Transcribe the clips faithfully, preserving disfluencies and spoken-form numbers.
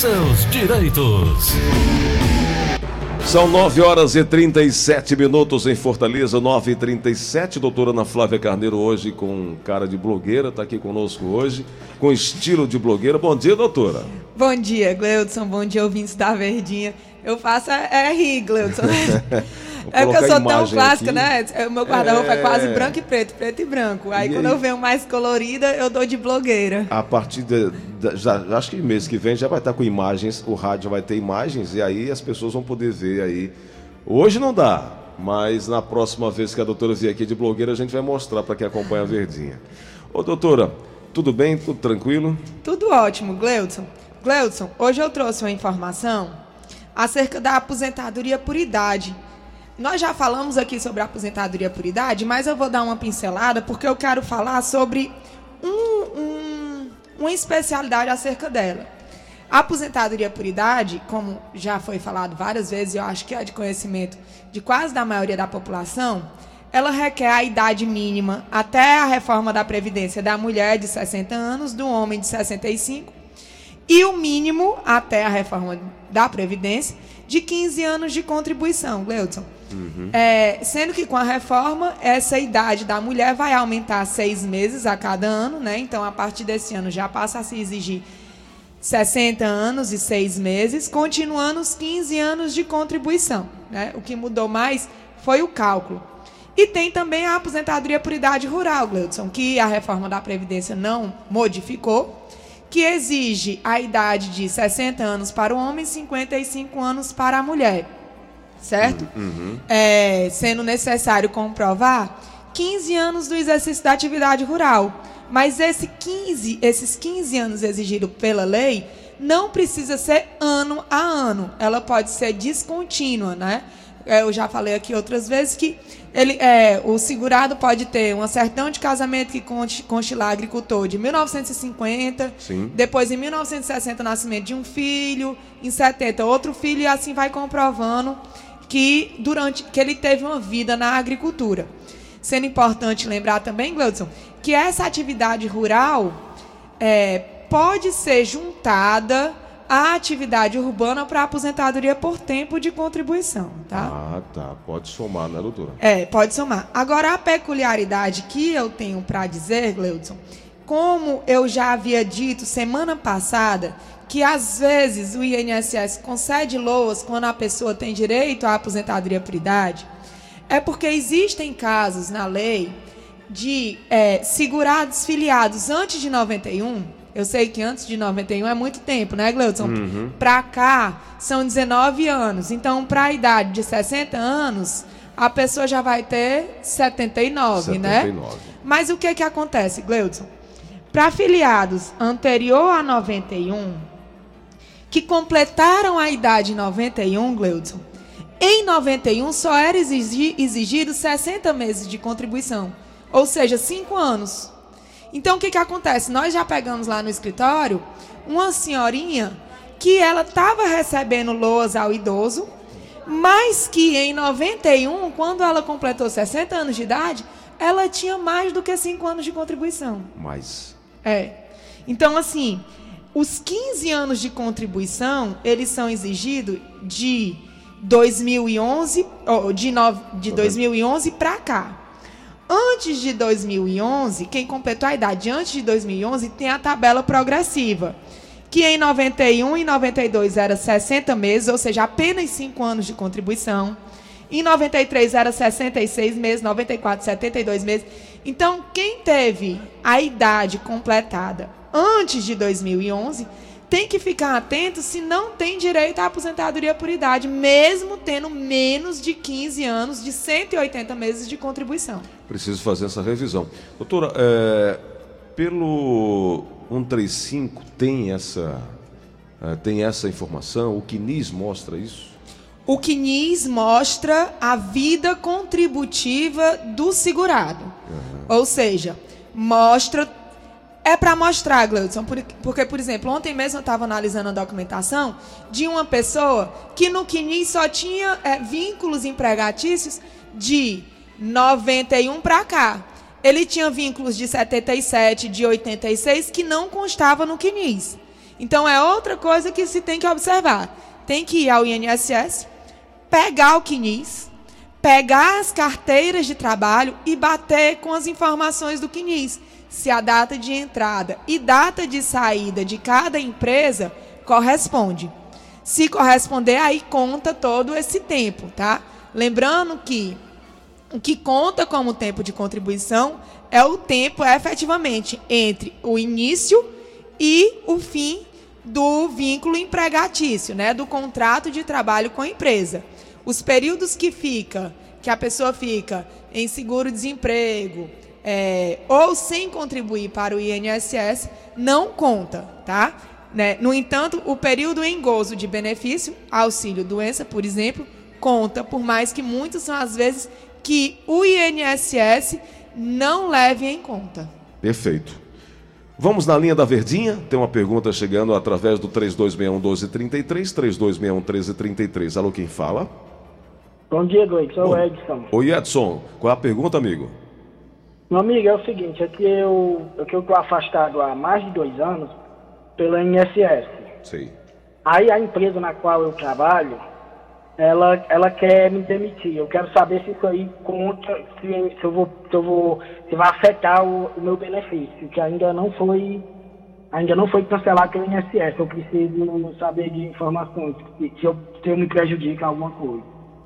seus direitos. São nove horas e trinta e sete minutos em Fortaleza, nove e trinta e sete. Doutora Ana Flávia Carneiro hoje com cara de blogueira, está aqui conosco hoje, com estilo de blogueira. Bom dia, doutora. Bom dia, Gleudson. Bom dia, ouvintes da Verdinha. Eu faço é, é rir, Gleudson. É porque eu sou tão clássica, aqui, né? O meu guarda-roupa é... é quase branco e preto, preto e branco. Aí e quando aí... eu venho mais colorida, eu dou de blogueira. A partir de, de já, acho que mês que vem já vai estar com imagens, o rádio vai ter imagens e aí as pessoas vão poder ver aí. Hoje não dá, mas na próxima vez que a doutora vier aqui de blogueira, a gente vai mostrar para quem acompanha a Verdinha. Ô doutora, tudo bem? Tudo tranquilo? Tudo ótimo, Gleudson. Gleudson, hoje eu trouxe uma informação acerca da aposentadoria por idade. Nós já falamos aqui sobre a aposentadoria por idade, mas eu vou dar uma pincelada porque eu quero falar sobre um, um, uma especialidade acerca dela. A aposentadoria por idade, como já foi falado várias vezes, eu acho que é de conhecimento de quase da maioria da população, ela requer a idade mínima até a reforma da Previdência da mulher de sessenta anos, do homem de sessenta e cinco, e o mínimo até a reforma da Previdência de quinze anos de contribuição, Gleudson. Uhum. É, sendo que com a reforma, essa idade da mulher vai aumentar seis meses a cada ano, né? Então, a partir desse ano já passa a se exigir sessenta anos e seis meses, continuando os quinze anos de contribuição, né? O que mudou mais foi o cálculo. E tem também a aposentadoria por idade rural, Gleudson, que a reforma da Previdência não modificou, que exige a idade de sessenta anos para o homem e cinquenta e cinco anos para a mulher. Certo? Uhum. É, sendo necessário comprovar quinze anos do exercício da atividade rural. Mas esse quinze, esses quinze anos exigidos pela lei não precisa ser ano a ano. Ela pode ser descontínua, né? Eu já falei aqui outras vezes que ele, é, o segurado pode ter uma certidão de casamento que conste, conste lá agricultor de mil novecentos e cinquenta, sim. Depois em mil novecentos e sessenta o nascimento de um filho, em setenta outro filho, e assim vai comprovando que, durante, que ele teve uma vida na agricultura. Sendo importante lembrar também, Gleudson, que essa atividade rural é, pode ser juntada à atividade urbana para aposentadoria por tempo de contribuição. Tá? Ah, tá. Pode somar, né, doutora? É, pode somar. Agora, a peculiaridade que eu tenho para dizer, Gleudson, como eu já havia dito semana passada, que às vezes o I N S S concede loas quando a pessoa tem direito à aposentadoria por idade, é porque existem casos na lei de é, segurados filiados antes de noventa e um. Eu sei que antes de noventa e um é muito tempo, né, Gleudson? Uhum. Para cá são dezenove anos. Então, para a idade de sessenta anos, a pessoa já vai ter setenta e nove, setenta e nove, né? Mas o que que acontece, Gleudson? Para afiliados anterior a noventa e um, que completaram a idade em noventa e um, Gleudson, em noventa e um só era exigi, exigido sessenta meses de contribuição, ou seja, cinco anos. Então, o que que acontece? Nós já pegamos lá no escritório uma senhorinha que ela estava recebendo loas ao idoso, mas que em noventa e um, quando ela completou sessenta anos de idade, ela tinha mais do que cinco anos de contribuição. Mais. É. Então, assim, os quinze anos de contribuição, eles são exigidos de dois mil e onze, de, no, de dois mil e onze para cá. Antes de dois mil e onze, quem completou a idade antes de dois mil e onze tem a tabela progressiva, que em noventa e um e noventa e dois era sessenta meses, ou seja, apenas cinco anos de contribuição. Em noventa e três era sessenta e seis meses, noventa e quatro, setenta e dois meses. Então, quem teve a idade completada antes de dois mil e onze tem que ficar atento se não tem direito à aposentadoria por idade, mesmo tendo menos de quinze anos, de cento e oitenta meses de contribuição. Preciso fazer essa revisão. Doutora, é, pelo cento e trinta e cinco tem essa, é, tem essa informação? O CNIS mostra isso? O CNIS mostra a vida contributiva do segurado. Uhum. Ou seja, mostra... É para mostrar, Gleudson, porque, por exemplo, ontem mesmo eu estava analisando a documentação de uma pessoa que no CNIS só tinha é, vínculos empregatícios de noventa e um para cá. Ele tinha vínculos de setenta e sete, de oitenta e seis, que não constava no CNIS. Então, é outra coisa que se tem que observar. Tem que ir ao I N S S, pegar o C N I S, pegar as carteiras de trabalho e bater com as informações do C N I S. Se a data de entrada e data de saída de cada empresa corresponde. Se corresponder, aí conta todo esse tempo, tá? Lembrando que o que conta como tempo de contribuição é o tempo, efetivamente, entre o início e o fim do vínculo empregatício, né? Do contrato de trabalho com a empresa. Os períodos que fica, que a pessoa fica em seguro-desemprego, é, ou sem contribuir para o I N S S, não conta, tá? Né? No entanto, o período em gozo de benefício, auxílio-doença, por exemplo, conta, por mais que muitas são as vezes que o I N S S não leve em conta. Perfeito. Vamos na linha da Verdinha, tem uma pergunta chegando através do três dois seis um um dois três três, três dois seis um um três três três. Alô, quem fala? Bom dia, Gleito, sou o Edson. Oi, Edson, qual é a pergunta, amigo? Meu amigo, é o seguinte, é que eu é que eu estou afastado há mais de dois anos pelo I N S S. Sei. Aí a empresa na qual eu trabalho, ela, ela quer me demitir. Eu quero saber se isso aí conta, se, se eu vou, se eu vou, se vai afetar o, o meu benefício, que ainda não foi, ainda não foi cancelado pelo I N S S. Eu preciso saber de informações, se, se, eu, se eu me prejudico em alguma coisa.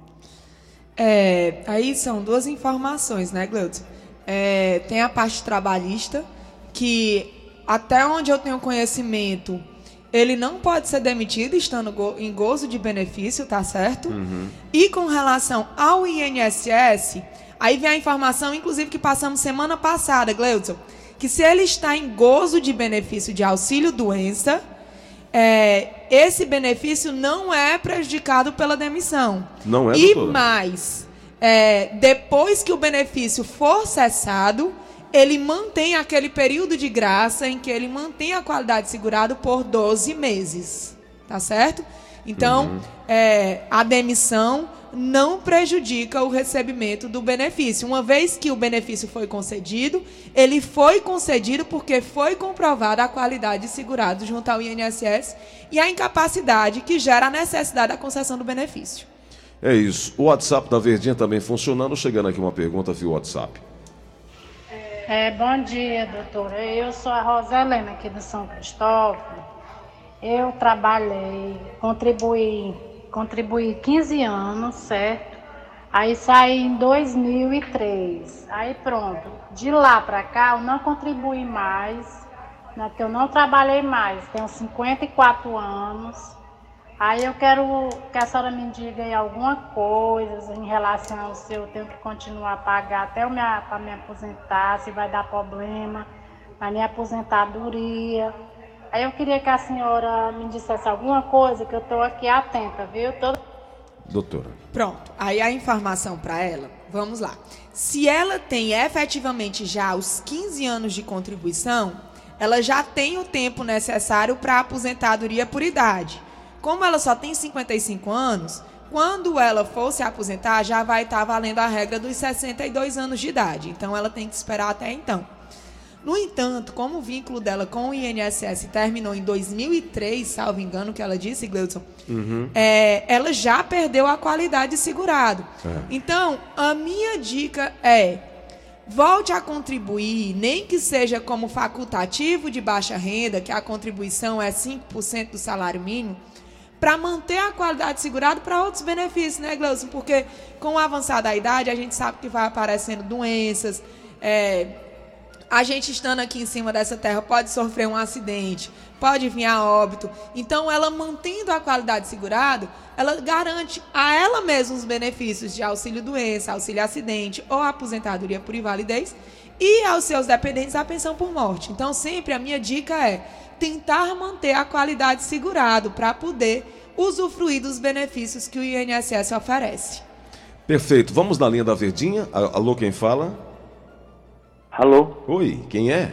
É, aí são duas informações, né, Gleuton? É, tem a parte trabalhista, que até onde eu tenho conhecimento, ele não pode ser demitido estando go- em gozo de benefício, tá certo? Uhum. E com relação ao I N S S, aí vem a informação, inclusive, que passamos semana passada, Gleuton, que se ele está em gozo de benefício de auxílio-doença, é, esse benefício não é prejudicado pela demissão. Não é, E doutora? mais, é, depois que o benefício for cessado, ele mantém aquele período de graça em que ele mantém a qualidade segurada por doze meses. Tá certo? Então, uhum. é, a demissão não prejudica o recebimento do benefício. Uma vez que o benefício foi concedido, ele foi concedido porque foi comprovada a qualidade segurada junto ao I N S S e a incapacidade que gera a necessidade da concessão do benefício. É isso. O WhatsApp da Verdinha também funcionando. Chegando aqui uma pergunta via WhatsApp. É, bom dia, doutora. Eu sou a Roselena, aqui do São Cristóvão. Eu trabalhei, contribuí, contribuí quinze anos, certo? Aí saí em dois mil e três. Aí pronto. De lá para cá, eu não contribuí mais, né, porque eu não trabalhei mais. Tenho cinquenta e quatro anos. Aí eu quero que a senhora me diga aí alguma coisa em relação se eu tenho que continuar a pagar até para me aposentar, se vai dar problema na minha aposentadoria. Aí eu queria que a senhora me dissesse alguma coisa, que eu estou aqui atenta, viu? Tô... Doutora. Pronto, aí a informação para ela, vamos lá. Se ela tem efetivamente já os quinze anos de contribuição, ela já tem o tempo necessário para a aposentadoria por idade. Como ela só tem cinquenta e cinco anos, quando ela for se aposentar, já vai estar valendo a regra dos sessenta e dois anos de idade. Então, ela tem que esperar até então. No entanto, como o vínculo dela com o I N S S terminou em dois mil e três, salvo engano, que ela disse, Gleuton, uhum. é, ela já perdeu a qualidade segurado. É. Então, a minha dica é, volte a contribuir, nem que seja como facultativo de baixa renda, que a contribuição é cinco por cento do salário mínimo, para manter a qualidade segurada para outros benefícios, né, Gleuton? Porque com o avançar da idade, a gente sabe que vai aparecendo doenças, é, a gente estando aqui em cima dessa terra pode sofrer um acidente, pode vir a óbito. Então, ela mantendo a qualidade segurada, ela garante a ela mesma os benefícios de auxílio-doença, auxílio-acidente ou aposentadoria por invalidez e aos seus dependentes a pensão por morte. Então, sempre a minha dica é tentar manter a qualidade segurado para poder usufruir dos benefícios que o I N S S oferece. Perfeito. Vamos na linha da Verdinha. Alô, quem fala? Alô? Oi, quem é?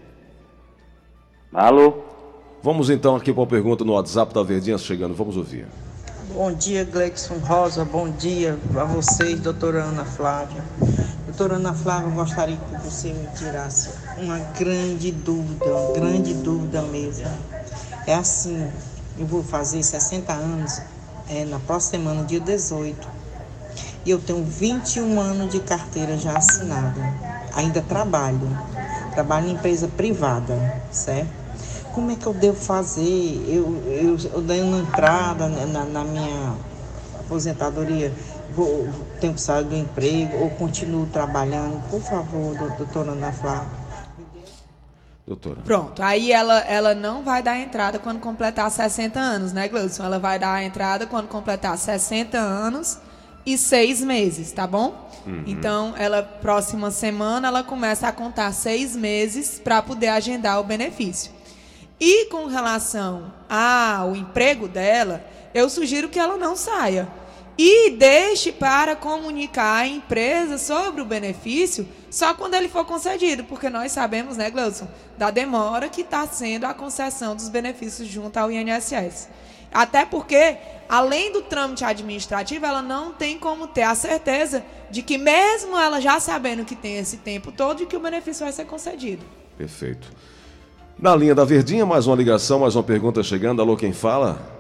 Alô? Vamos então aqui para a pergunta no WhatsApp da Verdinha chegando. Vamos ouvir. Bom dia, Gleison Rosa. Bom dia a vocês, doutora Ana Flávia. Doutora Ana Flávia, eu gostaria que você me tirasse uma grande dúvida, uma grande dúvida mesmo. É assim, eu vou fazer sessenta anos é, na próxima semana, dia dezoito. E eu tenho vinte e um anos de carteira já assinada. Ainda trabalho. Trabalho em empresa privada, certo? Como é que eu devo fazer? Eu, eu, eu dei uma entrada na, na minha aposentadoria. Vou, tenho que sair do emprego ou continuo trabalhando? Por favor, doutora Ana Flávia. Doutora. Pronto, aí ela, ela não vai dar entrada quando completar sessenta anos, né, Gleudson? Ela vai dar a entrada quando completar sessenta anos e seis meses, tá bom? Uhum. Então, ela, próxima semana, ela começa a contar seis meses para poder agendar o benefício. E com relação ao emprego dela, eu sugiro que ela não saia. E deixe para comunicar à empresa sobre o benefício só quando ele for concedido, porque nós sabemos, né, Gleudson, da demora que está sendo a concessão dos benefícios junto ao I N S S. Até porque, além do trâmite administrativo, ela não tem como ter a certeza de que, mesmo ela já sabendo que tem esse tempo todo, de que o benefício vai ser concedido. Perfeito. Na linha da Verdinha, mais uma ligação, mais uma pergunta chegando. Alô, quem fala?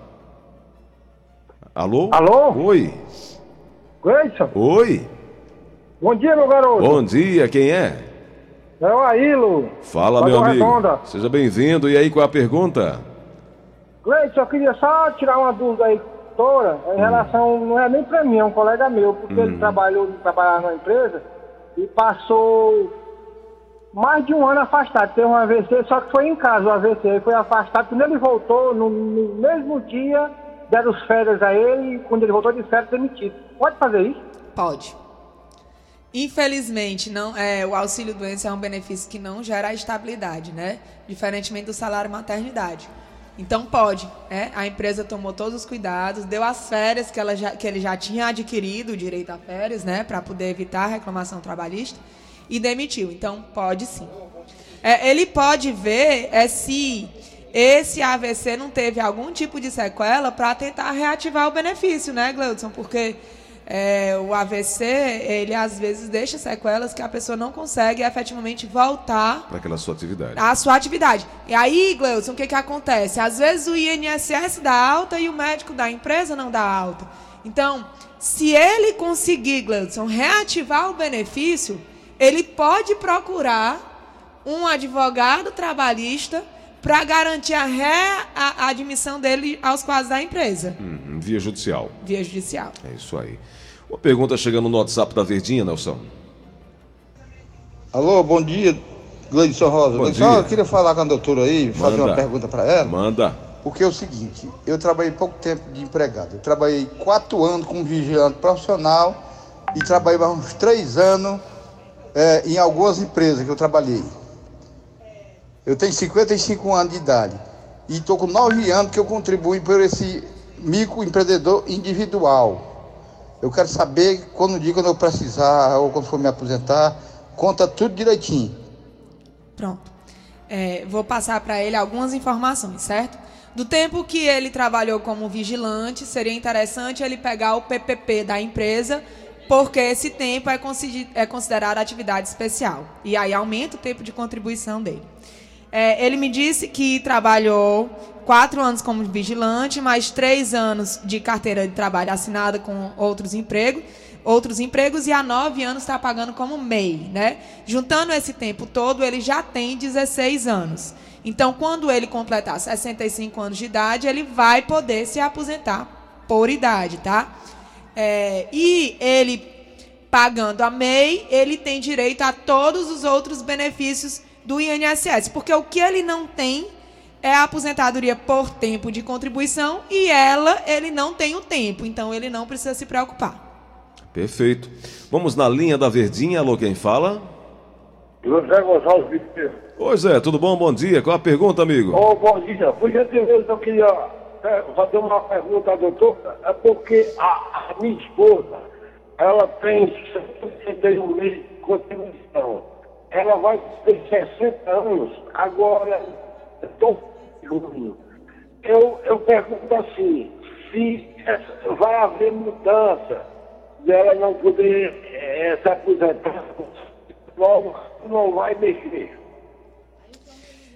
Alô? Alô? Oi. Gleison? Oi. Bom dia, meu garoto. Bom dia, quem é? É o Aílo. Fala, meu amigo. Redonda. Seja bem-vindo. E aí, qual é a pergunta? Gleison, eu queria só tirar uma dúvida aí, doutora, em hum. relação, não é nem pra mim, é um colega meu, porque hum. ele trabalhou, trabalhava na empresa e passou mais de um ano afastado, teve um A V C, só que foi em casa o A V C, ele foi afastado, quando ele voltou, no, no mesmo dia, deram as férias a ele e quando ele voltou de férias, demitido. Pode fazer isso? Pode. Infelizmente, não, é, o auxílio-doença é um benefício que não gera estabilidade, né? Diferentemente do salário-maternidade. Então pode, né? A empresa tomou todos os cuidados, deu as férias que, ela já, que ele já tinha adquirido, o direito a férias, né? Para poder evitar a reclamação trabalhista e demitiu. Então pode sim. É, ele pode ver é, se esse A V C não teve algum tipo de sequela para tentar reativar o benefício, né, Gleudson? Porque é, o A V C, ele às vezes deixa sequelas que a pessoa não consegue efetivamente voltar para aquela sua atividade. A sua atividade. E aí, Gleudson, o que que acontece? Às vezes o I N S S dá alta e o médico da empresa não dá alta. Então, se ele conseguir, Gleudson, reativar o benefício, ele pode procurar um advogado trabalhista para garantir a readmissão dele aos quadros da empresa. Hum, via judicial. Via judicial. É isso aí. Uma pergunta chegando no WhatsApp da Verdinha, Nelson. Alô, bom dia, Gleison Rosa. Bom Gleison, dia. eu queria falar com a doutora aí, fazer Manda. uma pergunta para ela. Manda. Porque é o seguinte, eu trabalhei pouco tempo de empregado. Eu trabalhei quatro anos como vigilante profissional e trabalhei mais uns três anos é, em algumas empresas que eu trabalhei. Eu tenho cinquenta e cinco anos de idade e estou com nove anos que eu contribuo por esse microempreendedor individual. Eu quero saber quando o dia quando eu precisar ou quando for me aposentar, conta tudo direitinho. Pronto. É, vou passar para ele algumas informações, certo? Do tempo que ele trabalhou como vigilante, seria interessante ele pegar o P P P da empresa, porque esse tempo é considerado atividade especial. E aí aumenta o tempo de contribuição dele. É, ele me disse que trabalhou quatro anos como vigilante, mais três anos de carteira de trabalho assinada com outros empregos, outros empregos e há nove anos está pagando como M E I, né? Juntando esse tempo todo, ele já tem dezesseis anos. Então, quando ele completar sessenta e cinco anos de idade, ele vai poder se aposentar por idade, tá? É, e ele, pagando a M E I, ele tem direito a todos os outros benefícios do I N S S, porque o que ele não tem é a aposentadoria por tempo de contribuição e ela, ele não tem o tempo, então ele não precisa se preocupar. Perfeito. Vamos na linha da Verdinha, alô, quem fala? José Gonçalves Vitor. Oi, Zé, tudo bom? Bom dia. Qual a pergunta, amigo? Oh, bom dia. Por gentileza, eu queria é, fazer uma pergunta à doutora. É porque a, a minha esposa, ela tem sessenta e um meses de contribuição. Ela vai ter sessenta anos, agora estou junho. Eu, eu pergunto assim, se essa, vai haver mudança dela não poder é, se aposentar, logo não vai mexer.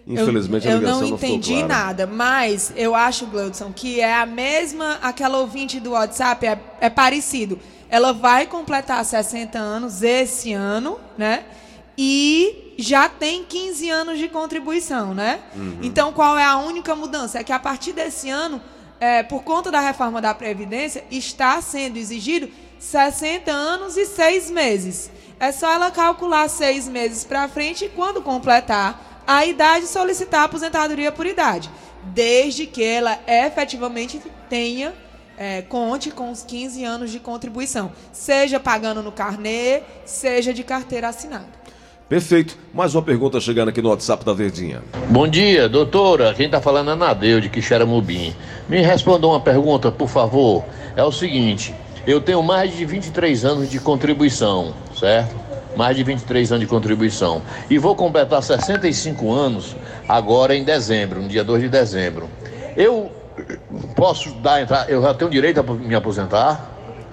Infelizmente eu, a ligação eu não não ficou entendi clara. nada, mas eu acho, Gleudson, que é a mesma, aquela ouvinte do WhatsApp, é, é parecido. Ela vai completar sessenta anos esse ano, né? E já tem quinze anos de contribuição, né? Uhum. Então, qual é a única mudança? É que a partir desse ano, é, por conta da reforma da Previdência, está sendo exigido sessenta anos e seis meses. É só ela calcular seis meses para frente e, quando completar a idade, solicitar a aposentadoria por idade, desde que ela efetivamente tenha, é, conte com os quinze anos de contribuição, seja pagando no carnê, seja de carteira assinada. Perfeito. Mais uma pergunta chegando aqui no WhatsApp da Verdinha. Bom dia, doutora. Quem está falando é Nadeu, de Quixeramobim. Me responda uma pergunta, por favor. É o seguinte, eu tenho mais de vinte e três anos de contribuição, certo? Mais de vinte e três anos de contribuição. E vou completar sessenta e cinco anos agora em dezembro, no dia dois de dezembro. Eu posso dar entrada, eu já tenho direito a me aposentar?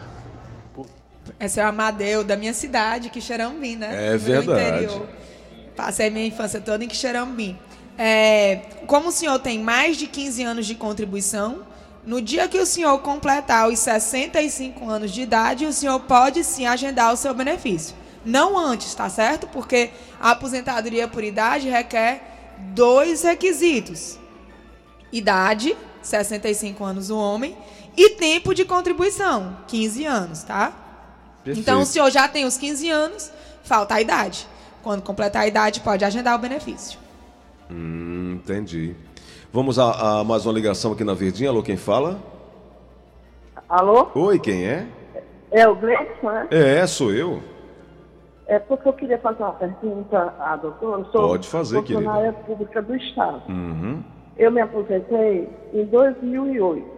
Esse é o Amadeu, da minha cidade, Quixeramobim, né? É verdade. Interior. Passei minha infância toda em Quixeramobim. É, como o senhor tem mais de quinze anos de contribuição, no dia que o senhor completar os sessenta e cinco anos de idade, o senhor pode sim agendar o seu benefício. Não antes, tá certo? Porque a aposentadoria por idade requer dois requisitos. Idade, sessenta e cinco anos o homem, e tempo de contribuição, quinze anos, tá? Perfeito. Então, o senhor já tem os quinze anos, falta a idade. Quando completar a idade, pode agendar o benefício. Hum, entendi. Vamos a, a mais uma ligação aqui na Verdinha. Alô, quem fala? Alô? Oi, quem é? É o Gleison, né? É, sou eu. É porque eu queria fazer uma pergunta à doutora. Eu sou Pode fazer, querida. funcionária pública do Estado. Uhum. Eu me aposentei em dois mil e oito.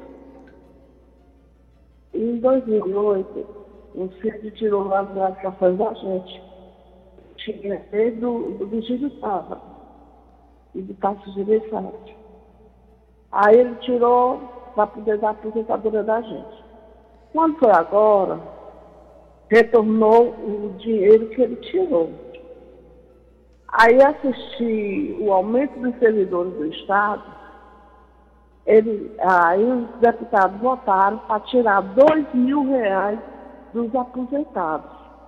Em dois mil e oito, o C I D tirou lá as gratificações da gente. Tinha desde o do Vigílio Tava e do Tasso de Versailles. Aí ele tirou para poder dar a aposentadoria da gente. Quando foi agora, retornou o dinheiro que ele tirou. Aí assisti o aumento dos servidores do Estado, ele, aí os deputados votaram para tirar dois mil reais dos aposentados.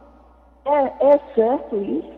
É, é certo isso?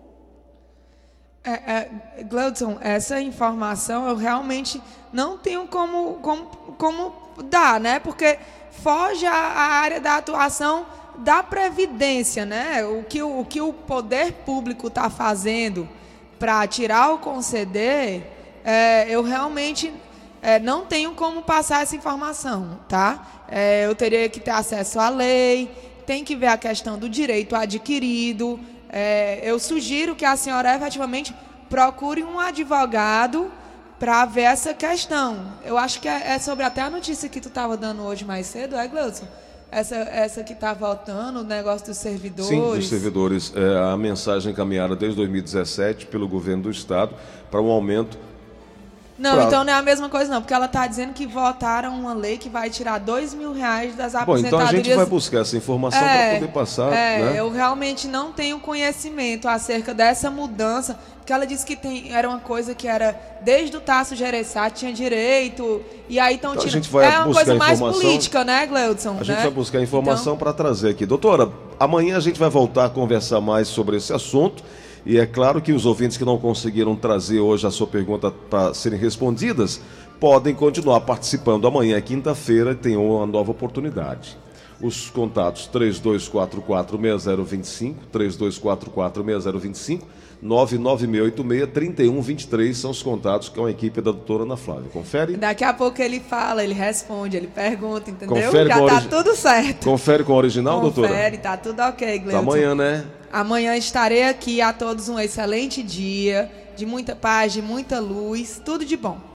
É, é, Gleudson, essa informação eu realmente não tenho como, como, como dar, né? Porque foge a, a área da atuação da Previdência, né? O que o, o, que o poder público está fazendo para tirar ou conceder, é, eu realmente é, não tenho como passar essa informação, tá? É, eu teria que ter acesso à lei, tem que ver a questão do direito adquirido. É, eu sugiro que a senhora efetivamente procure um advogado para ver essa questão. Eu acho que é, é sobre até a notícia que tu estava dando hoje mais cedo, é, Gleudson? Essa, essa que está voltando, o negócio dos servidores. Sim, dos servidores. É, a mensagem encaminhada desde dois mil e dezessete pelo governo do Estado para um aumento. Não, pra... então não é a mesma coisa não, porque ela está dizendo que votaram uma lei que vai tirar dois mil reais das Bom, aposentadorias. então a gente vai buscar essa informação é, para poder passar. É, né? Eu realmente não tenho conhecimento acerca dessa mudança, porque ela disse que tem, era uma coisa que era desde o Tasso Gereissati tinha direito, e aí estão então, tirando. É uma coisa mais política, né, Gleudson? A né? gente vai buscar informação então... para trazer aqui. Doutora, amanhã a gente vai voltar a conversar mais sobre esse assunto. E é claro que os ouvintes que não conseguiram trazer hoje a sua pergunta para serem respondidas, podem continuar participando. Amanhã, quinta-feira, tem uma nova oportunidade. Os contatos três dois quatro quatro, seis zero dois cinco, três dois quatro quatro, seis zero dois cinco, nove nove seis oito seis, três um dois três são os contatos com a equipe da doutora Ana Flávia. Confere? Daqui a pouco ele fala, ele responde, ele pergunta, entendeu? Confere Já com tá origi... tudo certo. Confere com o original, Confere, doutora? Confere, tá tudo ok, Gleudson. Amanhã, né? Amanhã estarei aqui. A todos um excelente dia, de muita paz, de muita luz, tudo de bom.